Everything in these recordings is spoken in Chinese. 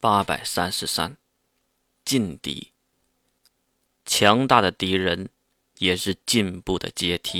833劲敌。强大的敌人也是进步的阶梯。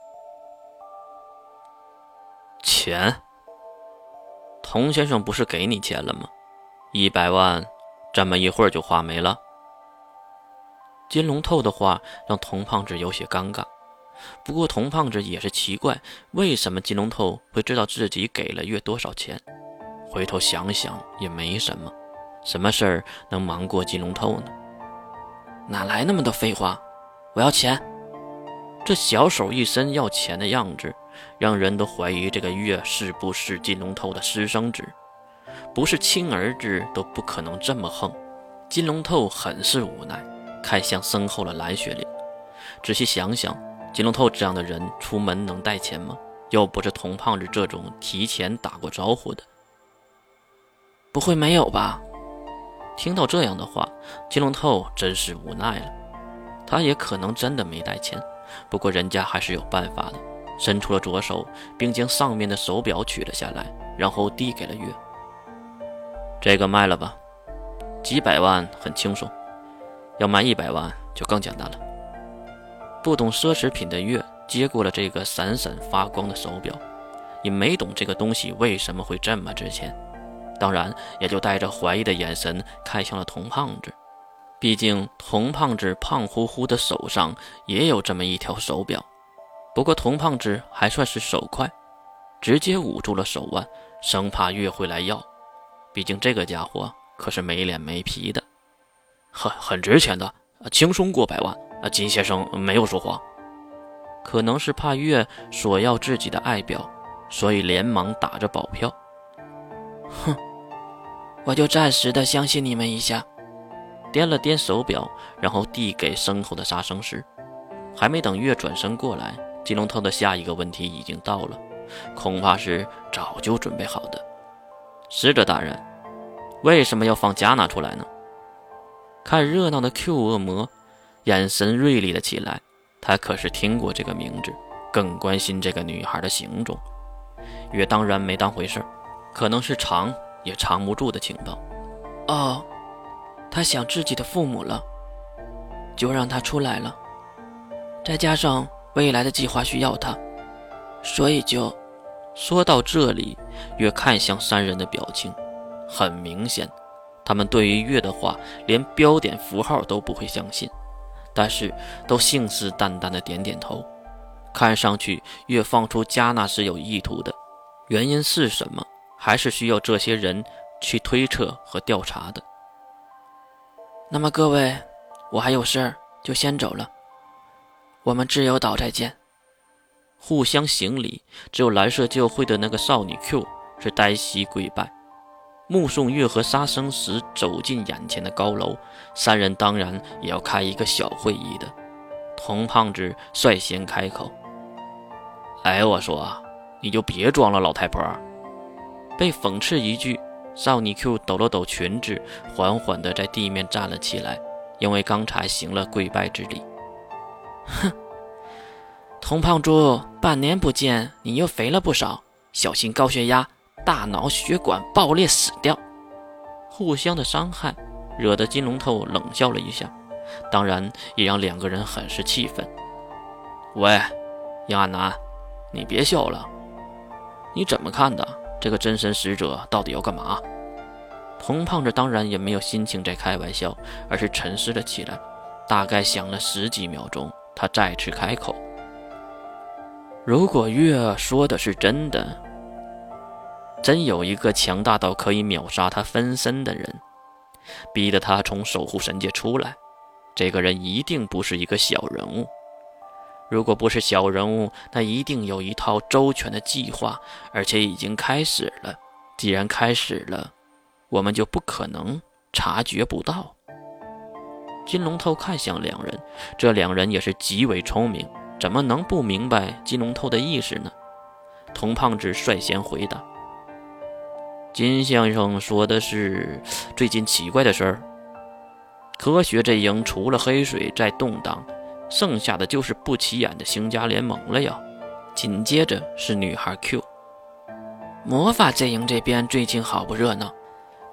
钱？童先生不是给你钱了吗？100万这么一会儿就花没了。金龙透的话让童胖子有些尴尬，不过童胖子也是奇怪，为什么金龙透会知道自己给了月多少钱？回头想想也没什么，什么事儿能瞒过金龙透呢？哪来那么多废话？我要钱！这小手一伸要钱的样子，让人都怀疑这个月是不是金龙透的私生子，不是亲儿子都不可能这么横。金龙透很是无奈，看向身后的蓝雪玲。仔细想想，金龙透这样的人出门能带钱吗？又不是童胖子这种提前打过招呼的。不会没有吧？听到这样的话，金龙透真是无奈了。他也可能真的没带钱，不过人家还是有办法的，伸出了左手，并将上面的手表取了下来，然后递给了月。这个卖了吧，几百万很轻松，要卖100万就更简单了。不懂奢侈品的月接过了这个闪闪发光的手表，也没懂这个东西为什么会这么值钱，当然也就带着怀疑的眼神看向了童胖子。毕竟童胖子胖乎乎的手上也有这么一条手表，不过童胖子还算是手快，直接捂住了手腕，生怕月会来要。毕竟这个家伙可是没脸没皮的。很值钱的，轻松过100万。金先生没有说谎。可能是怕月索要自己的爱表，所以连忙打着保票。哼，我就暂时的相信你们一下。掂了掂手表，然后递给身后的杀生石。还没等月转身过来，金龙头的下一个问题已经到了，恐怕是早就准备好的。使者大人，为什么要放加纳出来呢？看热闹的 Q 恶魔眼神锐利了起来，他可是听过这个名字，更关心这个女孩的行踪。月当然没当回事，可能是藏也藏不住的情报。哦，他想自己的父母了，就让他出来了。再加上未来的计划需要他，所以就……说到这里，月看向三人的表情，很明显，他们对于月的话连标点符号都不会相信，但是都信誓旦旦的点点头。看上去月放出加纳是有意图的，原因是什么，还是需要这些人去推测和调查的。那么各位，我还有事儿，就先走了。我们自由岛再见。互相行礼，只有蓝色教会的那个少女 Q 是呆膝跪拜。目送月和杀生石走进眼前的高楼，三人当然也要开一个小会议的。童胖子率先开口：我说你就别装了，老太婆。被讽刺一句，少女 Q 抖了抖裙子，缓缓地在地面站了起来，因为刚才行了跪拜之礼。哼，童胖猪，半年不见，你又肥了不少，小心高血压，大脑血管爆裂死掉。互相的伤害惹得金龙头冷笑了一下，当然也让两个人很是气愤。喂，杨安南，你别笑了，你怎么看的？这个真神使者到底要干嘛？童胖子当然也没有心情再开玩笑，而是沉思了起来，大概想了10几秒钟，他再次开口：如果月说的是真的，真有一个强大到可以秒杀他分身的人，逼得他从守护神界出来，这个人一定不是一个小人物。如果不是小人物，那一定有一套周全的计划，而且已经开始了。既然开始了，我们就不可能察觉不到。金龙头看向两人，这两人也是极为聪明，怎么能不明白金龙头的意思呢？童胖子率先回答：金先生说的是最近奇怪的事儿。科学阵营除了黑水在动荡，剩下的就是不起眼的星家联盟了呀。紧接着是女孩 Q。魔法阵营这边最近好不热闹，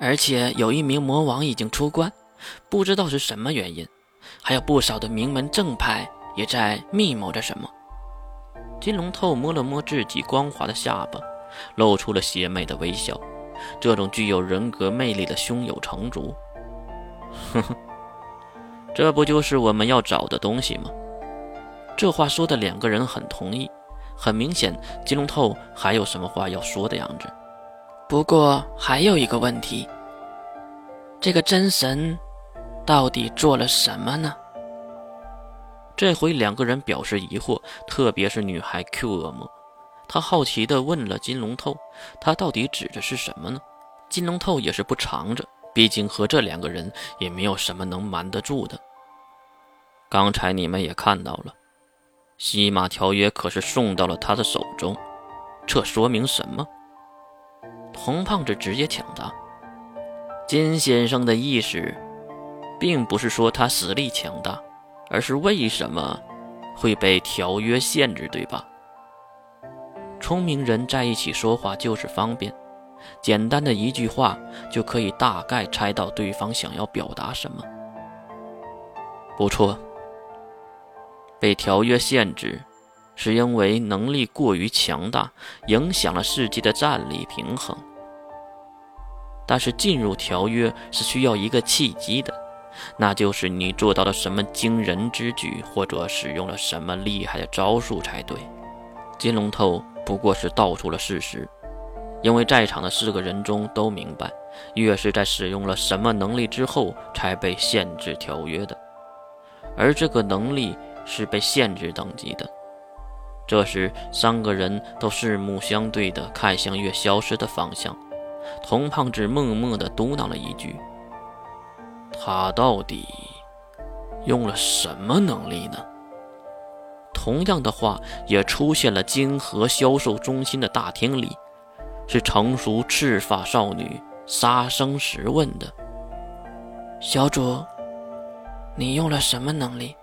而且有一名魔王已经出关，不知道是什么原因，还有不少的名门正派也在密谋着什么。金龙透摸了摸自己光滑的下巴，露出了邪魅的微笑，这种具有人格魅力的胸有成竹。呵呵，这不就是我们要找的东西吗？这话说的两个人很同意，很明显金龙透还有什么话要说的样子。不过还有一个问题，这个真神到底做了什么呢？这回两个人表示疑惑，特别是女孩 Q 恶魔，她好奇地问了金龙透，他到底指的是什么呢？金龙透也是不藏着，毕竟和这两个人也没有什么能瞒得住的。刚才你们也看到了，西马条约可是送到了他的手中，这说明什么？童胖子直接抢答，金先生的意思并不是说他实力强大，而是为什么会被条约限制，对吧？聪明人在一起说话就是方便，简单的一句话就可以大概猜到对方想要表达什么。不错，被条约限制是因为能力过于强大，影响了世界的战力平衡。但是进入条约是需要一个契机的，那就是你做到了什么惊人之举，或者使用了什么厉害的招数才对。金龙透不过是道出了事实，因为在场的4个人中都明白，越是在使用了什么能力之后才被限制条约的，而这个能力是被限制等级的。这时3个人都四目相对地看向月消失的方向，童胖子默默地嘟囔了一句，他到底用了什么能力呢？同样的话也出现了金河销售中心的大厅里，是成熟赤发少女杀生石问的，小主，你用了什么能力？